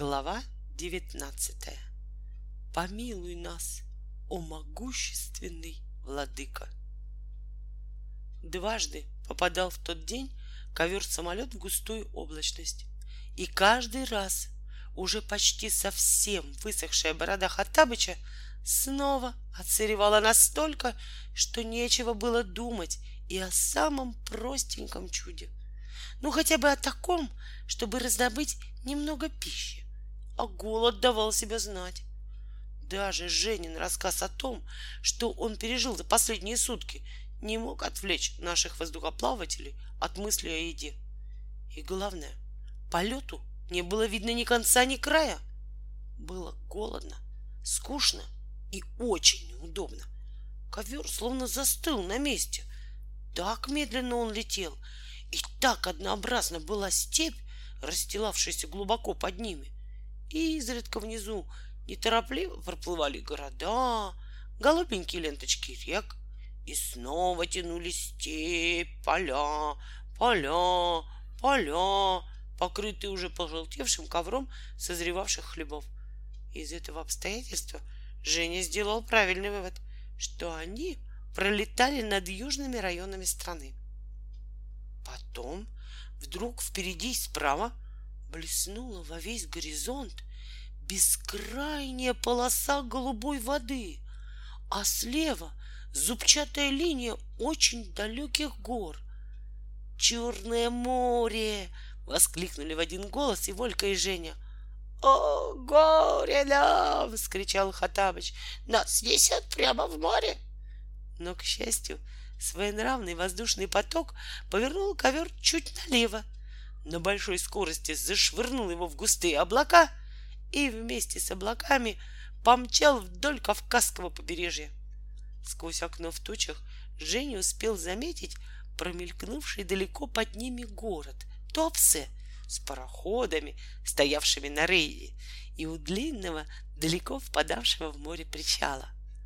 Глава 19. Помилуй нас, о могущественный владыка. Дважды попадал в тот день ковер-самолет в густую облачность, и каждый раз уже почти совсем высохшая борода Хоттабыча снова отсыревала настолько, что нечего было думать и о самом простеньком чуде. Ну, хотя бы о таком, чтобы раздобыть немного пищи. А голод давал себя знать. Даже Женин рассказ о том, что он пережил за последние сутки, не мог отвлечь наших воздухоплавателей от мысли о еде. И главное, полету не было видно ни конца, ни края. Было голодно, скучно и очень неудобно. Ковер словно застыл на месте. Так медленно он летел, и так однообразна была степь, расстилавшаяся глубоко под ними. И изредка внизу неторопливо проплывали города, голубенькие ленточки рек, и снова тянулись степь, поля, покрытые уже пожелтевшим ковром созревавших хлебов. Из этого обстоятельства Женя сделал правильный вывод, что они пролетали над южными районами страны. Потом вдруг впереди и справа блеснула во весь горизонт бескрайняя полоса голубой воды, а слева зубчатая линия очень далеких гор. «Черное море!» — воскликнули в один голос и Волька, и Женя. «О, горе нам!» — вскричал Хоттабыч. «Нас несет прямо в море!» Но, к счастью, своенравный воздушный поток повернул ковер чуть налево, на большой скорости зашвырнул его в густые облака и вместе с облаками помчал вдоль Кавказского побережья. Сквозь окно в тучах Женя успел заметить промелькнувший далеко под ними город Туапсе с пароходами, стоявшими на рейде, и у длинного, далеко впадавшего в море причала.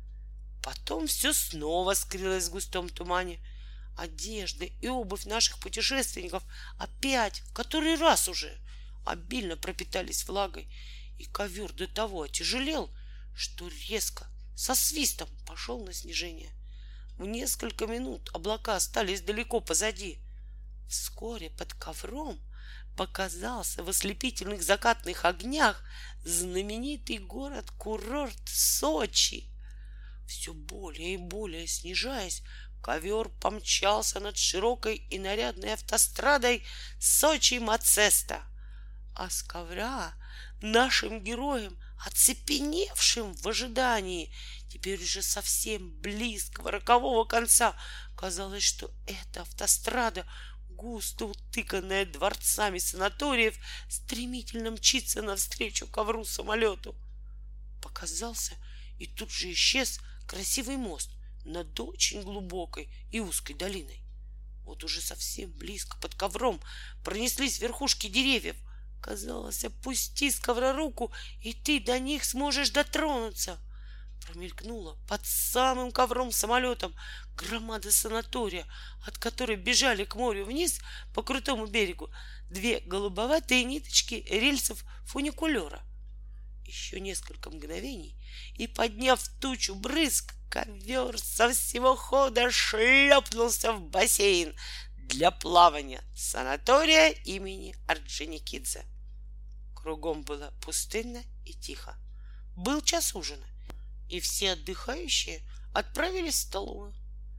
Потом все снова скрылось в густом тумане. Одежда и обувь наших путешественников опять, в который раз уже, обильно пропитались влагой, и ковер до того отяжелел, что резко, со свистом пошел на снижение. В несколько минут облака остались далеко позади. Вскоре под ковром показался в ослепительных закатных огнях знаменитый город-курорт Сочи. Все более и более снижаясь, ковер помчался над широкой и нарядной автострадой Сочи-Мацеста, а с ковра нашим героям, оцепеневшим в ожидании теперь уже совсем близкого рокового конца, казалось, что эта автострада, густо утыканная дворцами санаториев, стремительно мчится навстречу ковру-самолету. Показался и тут же исчез красивый мост над очень глубокой и узкой долиной. Вот уже совсем близко под ковром пронеслись верхушки деревьев. Казалось, опусти с ковра руку, и ты до них сможешь дотронуться. Промелькнула под самым ковром-самолетом громада санатория, от которой бежали к морю вниз по крутому берегу две голубоватые ниточки рельсов фуникулера. Еще несколько мгновений, и, подняв тучу брызг, ковер со всего хода шлепнулся в бассейн для плавания санатория имени Орджоникидзе. Кругом было пустынно и тихо. Был час ужина, и все отдыхающие отправились в столовую.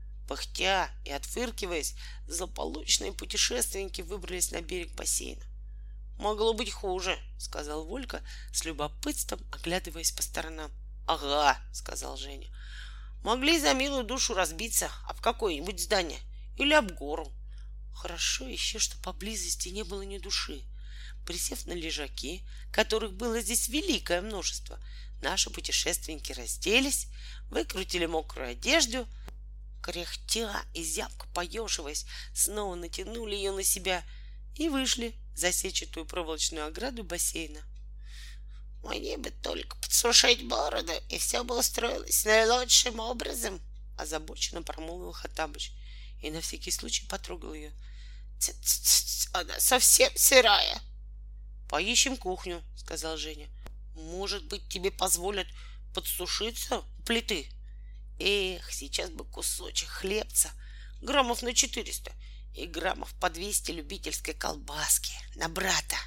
Пыхтя и отфыркиваясь, злополучные путешественники выбрались на берег бассейна. «Могло быть хуже», — сказал Волька с любопытством, оглядываясь по сторонам. «Ага», — сказал Женя. «Могли за милую душу разбиться об какое-нибудь здание или об гору. Хорошо еще, что поблизости не было ни души. Присев на лежаки, которых было здесь великое множество, наши путешественники разделись, выкрутили мокрую одежду, кряхтя и зябко поеживаясь, снова натянули ее на себя и вышли за сетчатую проволочную ограду бассейна. «Мне бы только подсушить бороду, и все бы устроилось наилучшим образом», — озабоченно промолвил Хоттабыч и на всякий случай потрогал ее. «Ц-ц-ц, она совсем сырая». Поищем кухню, сказал Женя. Может быть, тебе позволят подсушиться у плиты? Эх, сейчас бы кусочек хлебца, граммов на 400 и граммов по 200 любительской колбаски на брата.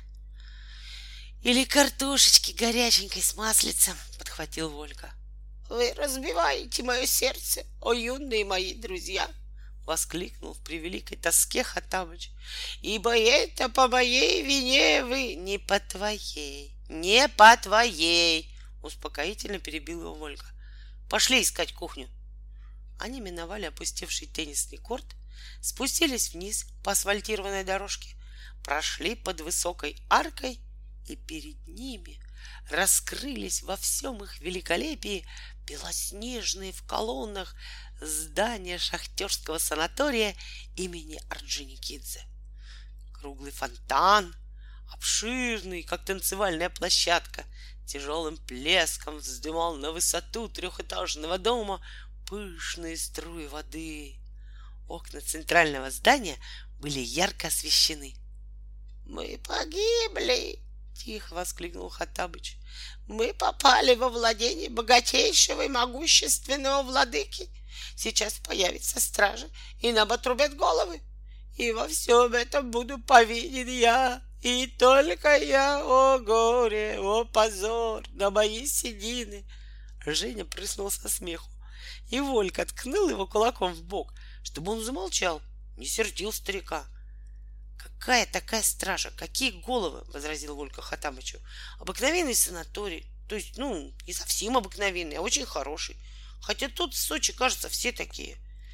Или картошечки горяченькой с маслицем, подхватил Волька. Вы разбиваете мое сердце, о юные мои друзья, воскликнул в превеликой тоске Хоттабыч. Ибо это по моей вине вы, не по твоей, не по твоей, успокоительно перебил его Волька. Пошли искать кухню. Они миновали опустевший теннисный корт, спустились вниз по асфальтированной дорожке, прошли под высокой аркой, и перед ними раскрылись во всем их великолепии белоснежные в колоннах здания шахтерского санатория имени Орджоникидзе. Круглый фонтан, обширный, как танцевальная площадка, тяжелым плеском вздымал на высоту трехэтажного дома пышные струи воды. Окна центрального здания были ярко освещены. «Мы погибли!» — тихо воскликнул Хоттабыч. «Мы попали во владение богатейшего и могущественного владыки. Сейчас появится стража, и нам отрубят головы. И во всем этом буду повинен я, и только я, о горе, о позор, на мои седины!» Женя прыснул со смеху, и Волька ткнул его кулаком в бок, чтобы он замолчал, не сердил старика. «Какая такая стража? Какие головы?» — возразил Волька Хоттабычу. «Обыкновенный санаторий. То есть, не совсем обыкновенный, а очень хороший. Хотя тут в Сочи, кажется, все такие».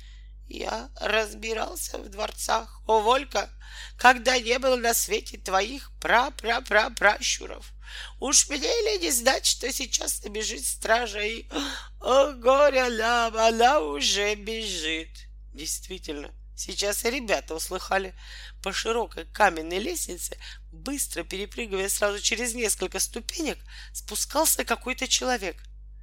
«Я разбирался в дворцах, о, Волька, когда не было на свете твоих пра-пра-пра-пращуров. Уж мне ли не знать, что сейчас набежит стража и... О, горе нам, она уже бежит!» Действительно, сейчас и ребята услыхали по широкой каменной лестнице, быстро перепрыгивая сразу через несколько ступенек, спускался какой-то человек.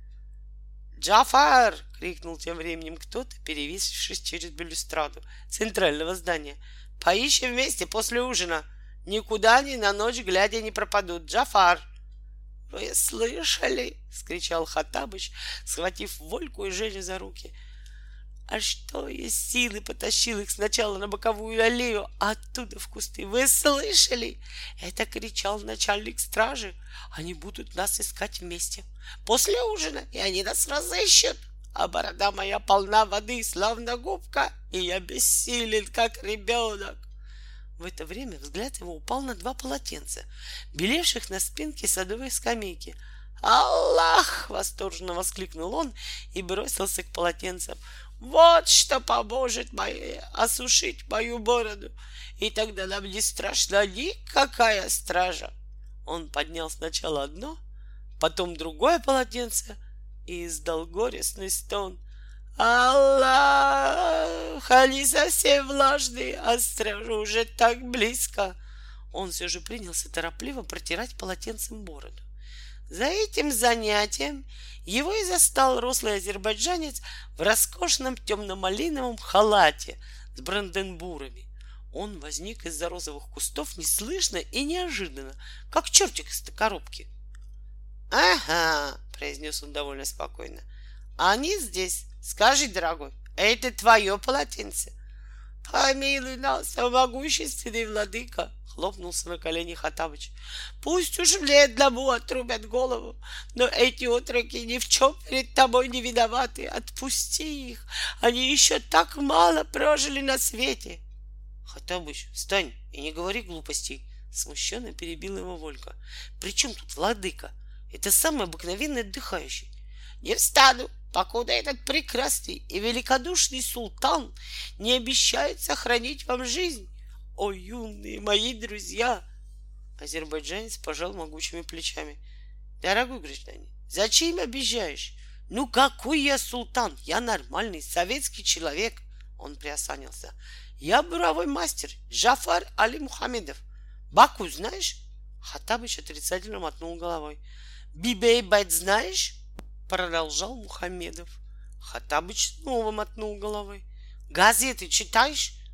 «Джафар!» — крикнул тем временем кто-то, перевесившись через балюстраду центрального здания. «Поищем вместе после ужина. Никуда они на ночь глядя не пропадут. Джафар!» «Вы слышали?» — скричал Хоттабыч, схватив Вольку и Женю за руки. А что из силы потащил их сначала на боковую аллею, а оттуда в кусты. «Вы слышали?» — это кричал начальник стражи. «Они будут нас искать вместе после ужина, и они нас разыщут. А борода моя полна воды, словно губка, и я бессилен, как ребенок». В это время взгляд его упал на 2 полотенца, белевших на спинке садовой скамейки. «Аллах!» — восторженно воскликнул он и бросился к полотенцам. «Вот что поможет мне осушить мою бороду, и тогда нам не страшна никакая стража». Он поднял сначала одно, потом другое полотенце и издал горестный стон. «Аллах! Они совсем влажные, а стража уже так близко!» Он все же принялся торопливо протирать полотенцем бороду. За этим занятием его и застал рослый азербайджанец в роскошном темно-малиновом халате с бранденбурами. Он возник из-за розовых кустов неслышно и неожиданно, как чертик из коробки. «Ага», — произнес он довольно спокойно, — «они здесь. Скажи, дорогой, это твое полотенце?» «Помилуй нас, о могущественный владыка!» — хлопнулся на колени Хоттабыч. «Пусть уж мне одному отрубят голову, но эти отроки ни в чем перед тобой не виноваты. Отпусти их, они еще так мало прожили на свете». «Хоттабыч, встань и не говори глупостей!» — смущенно перебил его Волька. «При чем тут владыка? Это самый обыкновенный отдыхающий». «Не встану, покуда этот прекрасный и великодушный султан не обещает сохранить вам жизнь, о юные мои друзья!» Азербайджанец пожал могучими плечами. «Дорогой гражданин, зачем обижаешь? Ну какой я султан? Я нормальный советский человек!» Он приосанился. «Я буровой мастер Джафар Али Мухамедов. Баку знаешь?» Хоттабыч отрицательно мотнул головой. «Бибей-байт знаешь?» Продолжал Мухамедов. Хоттабыч снова мотнул головой. «Газеты читаешь?»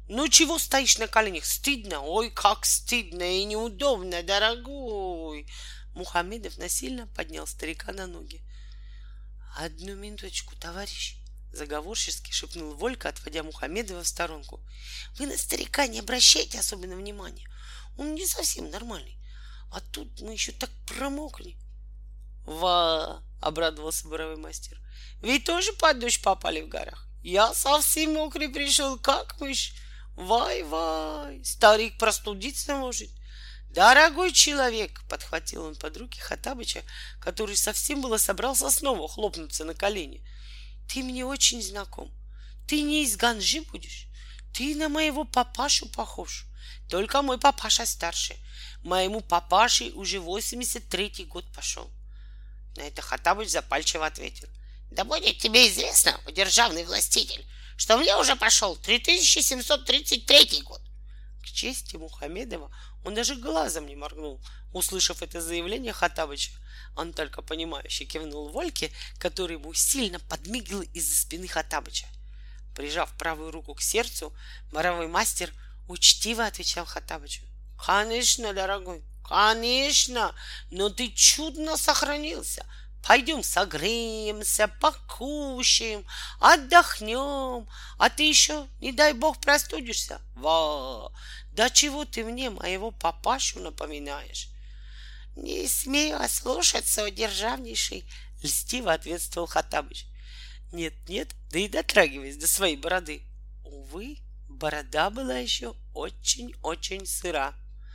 Ну чего стоишь на коленях? Стыдно? Ой, как стыдно и неудобно, дорогой. Мухаммедов насильно поднял старика на ноги. Одну минуточку, товарищ, заговорчески шепнул Волька, отводя Мухаммедова в сторонку. Вы на старика не обращайте особенно внимания. Он не совсем нормальный. А тут мы еще так промокли. Ва! Обрадовался буровой мастер. Ведь тоже под дождь попали в горах. Я совсем мокрый пришел, как мышь. Вай-вай, старик простудиться может. Дорогой человек, подхватил он под руки Хоттабыча, который совсем было собрался снова хлопнуться на колени. Ты мне очень знаком. Ты не из Ганжи будешь? Ты на моего папашу похож. Только мой папаша старше. Моему папаше уже 83-й год пошел. На это Хоттабыч запальчиво ответил. Да будет тебе известно, о державный властитель, что мне уже пошел 3733 год. К чести Мухаммедова он даже глазом не моргнул, услышав это заявление Хоттабыча. Он только понимающе кивнул Вольке, который ему сильно подмигивал из-за спины Хоттабыча. Прижав правую руку к сердцу, боровой мастер учтиво отвечал Хоттабычу. Конечно, дорогой, конечно, но ты чудно сохранился. Пойдем согреемся, покушаем, отдохнем, а ты еще, не дай бог, простудишься. Ва! Да чего ты мне моего папашу напоминаешь? Не смею ослушаться, о державнейший, льстиво ответствовал Хоттабыч. Нет, нет, да и дотрагиваясь до своей бороды. Увы, борода была еще очень-очень сыра.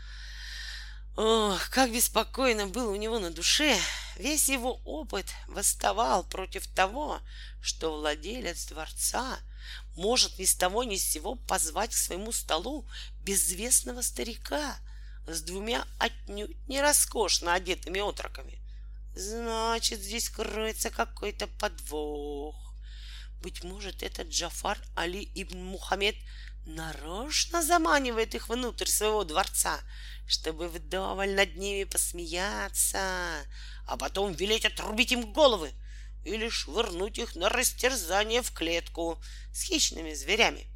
Ох, как беспокойно было у него на душе. Весь его опыт восставал против того, что владелец дворца может ни с того ни с сего позвать к своему столу безвестного старика с двумя отнюдь не роскошно одетыми отроками. Значит, здесь кроется какой-то подвох. Быть может, этот Джафар Али ибн Мухаммед нарочно заманивает их внутрь своего дворца, чтобы вдоволь над ними посмеяться, а потом велеть отрубить им головы или швырнуть их на растерзание в клетку с хищными зверями.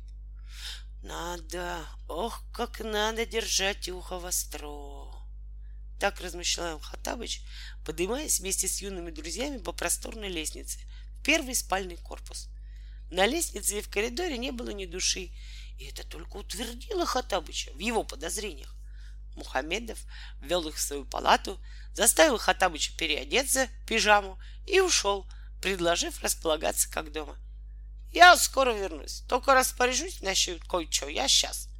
Надо, ох, как надо держать ухо востро. Так размышлял Хоттабыч, поднимаясь вместе с юными друзьями по просторной лестнице в первый спальный корпус. На лестнице и в коридоре не было ни души, и это только утвердило Хоттабыча в его подозрениях. Мухаммедов ввел их в свою палату, заставил Хоттабыча переодеться в пижаму и ушел, предложив располагаться как дома. Я скоро вернусь, только распоряжусь насчет кое-чего, я сейчас.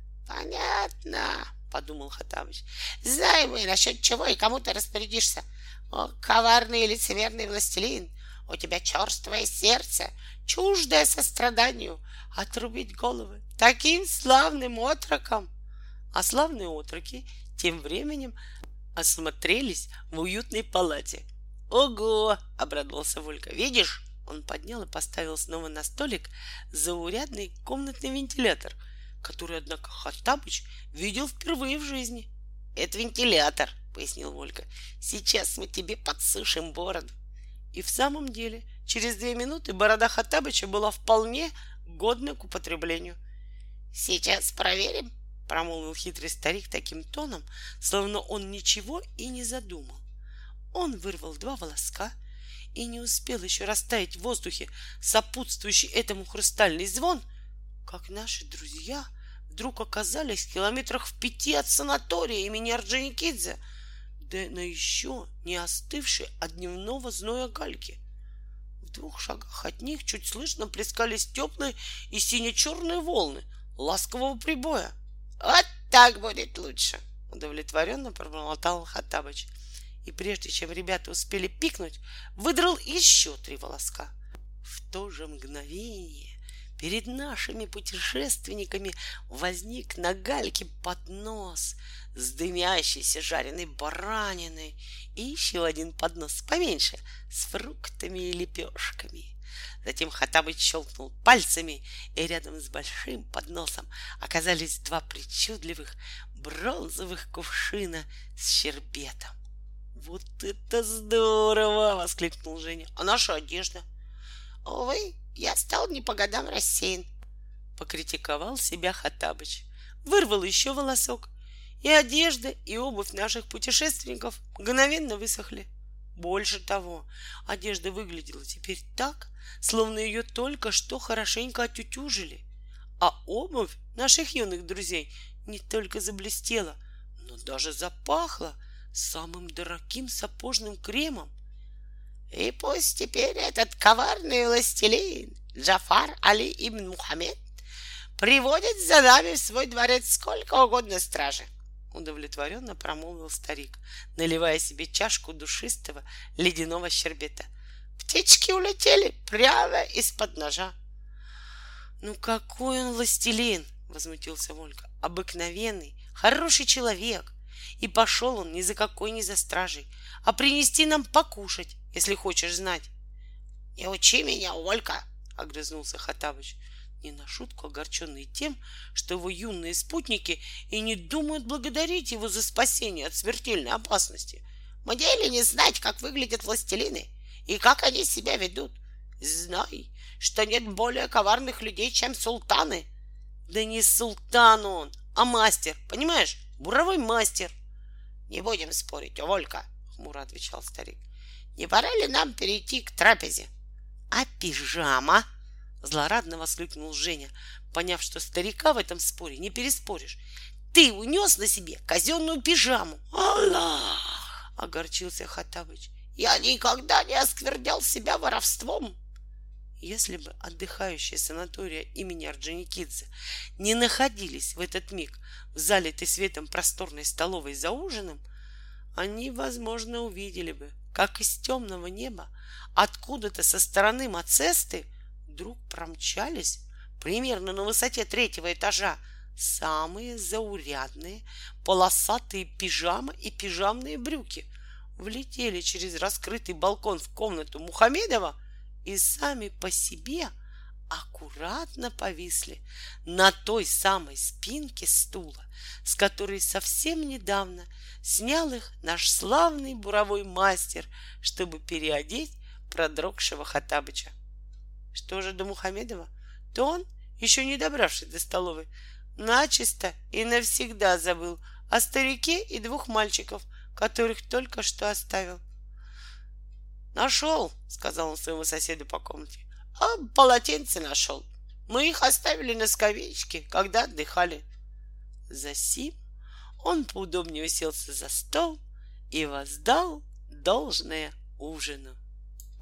Понятно, подумал Хоттабыч. Знаю, насчет чего и кому ты распорядишься. О, коварный и лицемерный властелин, у тебя черствое сердце, чуждое состраданию, отрубить головы таким славным отрокам. А славные отроки тем временем осмотрелись в уютной палате. Ого! — обрадовался Волька. Видишь? Он поднял и поставил снова на столик заурядный комнатный вентилятор, который, однако, Хоттабыч видел впервые в жизни. Это вентилятор, — пояснил Волька. Сейчас мы тебе подсушим бороду. И в самом деле, через 2 минуты борода Хоттабыча была вполне годна к употреблению. Сейчас проверим, — промолвил хитрый старик таким тоном, словно он ничего и не задумал. Он вырвал 2 волоска, и не успел еще растаять в воздухе сопутствующий этому хрустальный звон, как наши друзья вдруг оказались в километрах в 5 от санатория имени Орджоникидзе, да на еще не остывшей от дневного зноя гальки. В 2 шагах от них чуть слышно плескались теплые и сине-черные волны ласкового прибоя. Вот так будет лучше, — удовлетворенно пробормотал Хоттабыч. И прежде чем ребята успели пикнуть, выдрал еще 3 волоска. В то же мгновение перед нашими путешественниками возник на гальке поднос с дымящейся жареной бараниной и еще один поднос поменьше с фруктами и лепешками. Затем Хоттабыч щелкнул пальцами, и рядом с большим подносом оказались 2 причудливых бронзовых кувшина с щербетом. «Вот это здорово!» — воскликнул Женя. «А наша одежда?» «Увы, я стал не по годам рассеян». покритиковал себя Хоттабыч. Вырвал еще волосок, и одежда, и обувь наших путешественников мгновенно высохли. Больше того, одежда выглядела теперь так, словно ее только что хорошенько отутюжили, а обувь наших юных друзей не только заблестела, но даже запахла самым дорогим сапожным кремом. И пусть теперь этот коварный властелин Джафар Али ибн Мухаммед приводит за нами в свой дворец сколько угодно стражи, удовлетворенно промолвил старик, наливая себе чашку душистого ледяного щербета. Птички улетели прямо из-под ножа. Ну какой он властелин, возмутился Волька. Обыкновенный, хороший человек. И пошел он ни за какой, ни за стражей, а принести нам покушать, если хочешь знать. Не учи меня, Волька, огрызнулся Хоттабыч, не на шутку огорченный тем, что его юные спутники и не думают благодарить его за спасение от смертельной опасности. Мне ли не знать, как выглядят властелины и как они себя ведут? Знай, что нет более коварных людей, чем султаны. Да не султан он, а мастер, понимаешь? Буровой мастер. Не будем спорить, Волька, хмуро отвечал старик. Не пора ли нам перейти к трапезе? А пижама? Злорадно воскликнул Женя, поняв, что старика в этом споре не переспоришь. Ты унес на себе казенную пижаму. Аллах! Огорчился Хоттабыч. Я никогда не осквернял себя воровством. Если бы отдыхающие санатория имени Орджоникидзе не находились в этот миг в залитой светом просторной столовой за ужином, они, возможно, увидели бы, как из темного неба откуда-то со стороны Мацесты вдруг промчались примерно на высоте 3-го этажа самые заурядные полосатые пижамы и пижамные брюки, влетели через раскрытый балкон в комнату Мухамедова и сами по себе аккуратно повисли на той самой спинке стула, с которой совсем недавно снял их наш славный буровой мастер, чтобы переодеть продрогшего Хоттабыча. Что же до Мухамедова, то он, еще не добравшись до столовой, начисто и навсегда забыл о старике и 2 мальчиков, которых только что оставил. Нашел, сказал он своему соседу по комнате. А полотенце нашел. Мы их оставили на скамеечке, когда отдыхали. Засим он поудобнее уселся за стол и воздал должное ужину.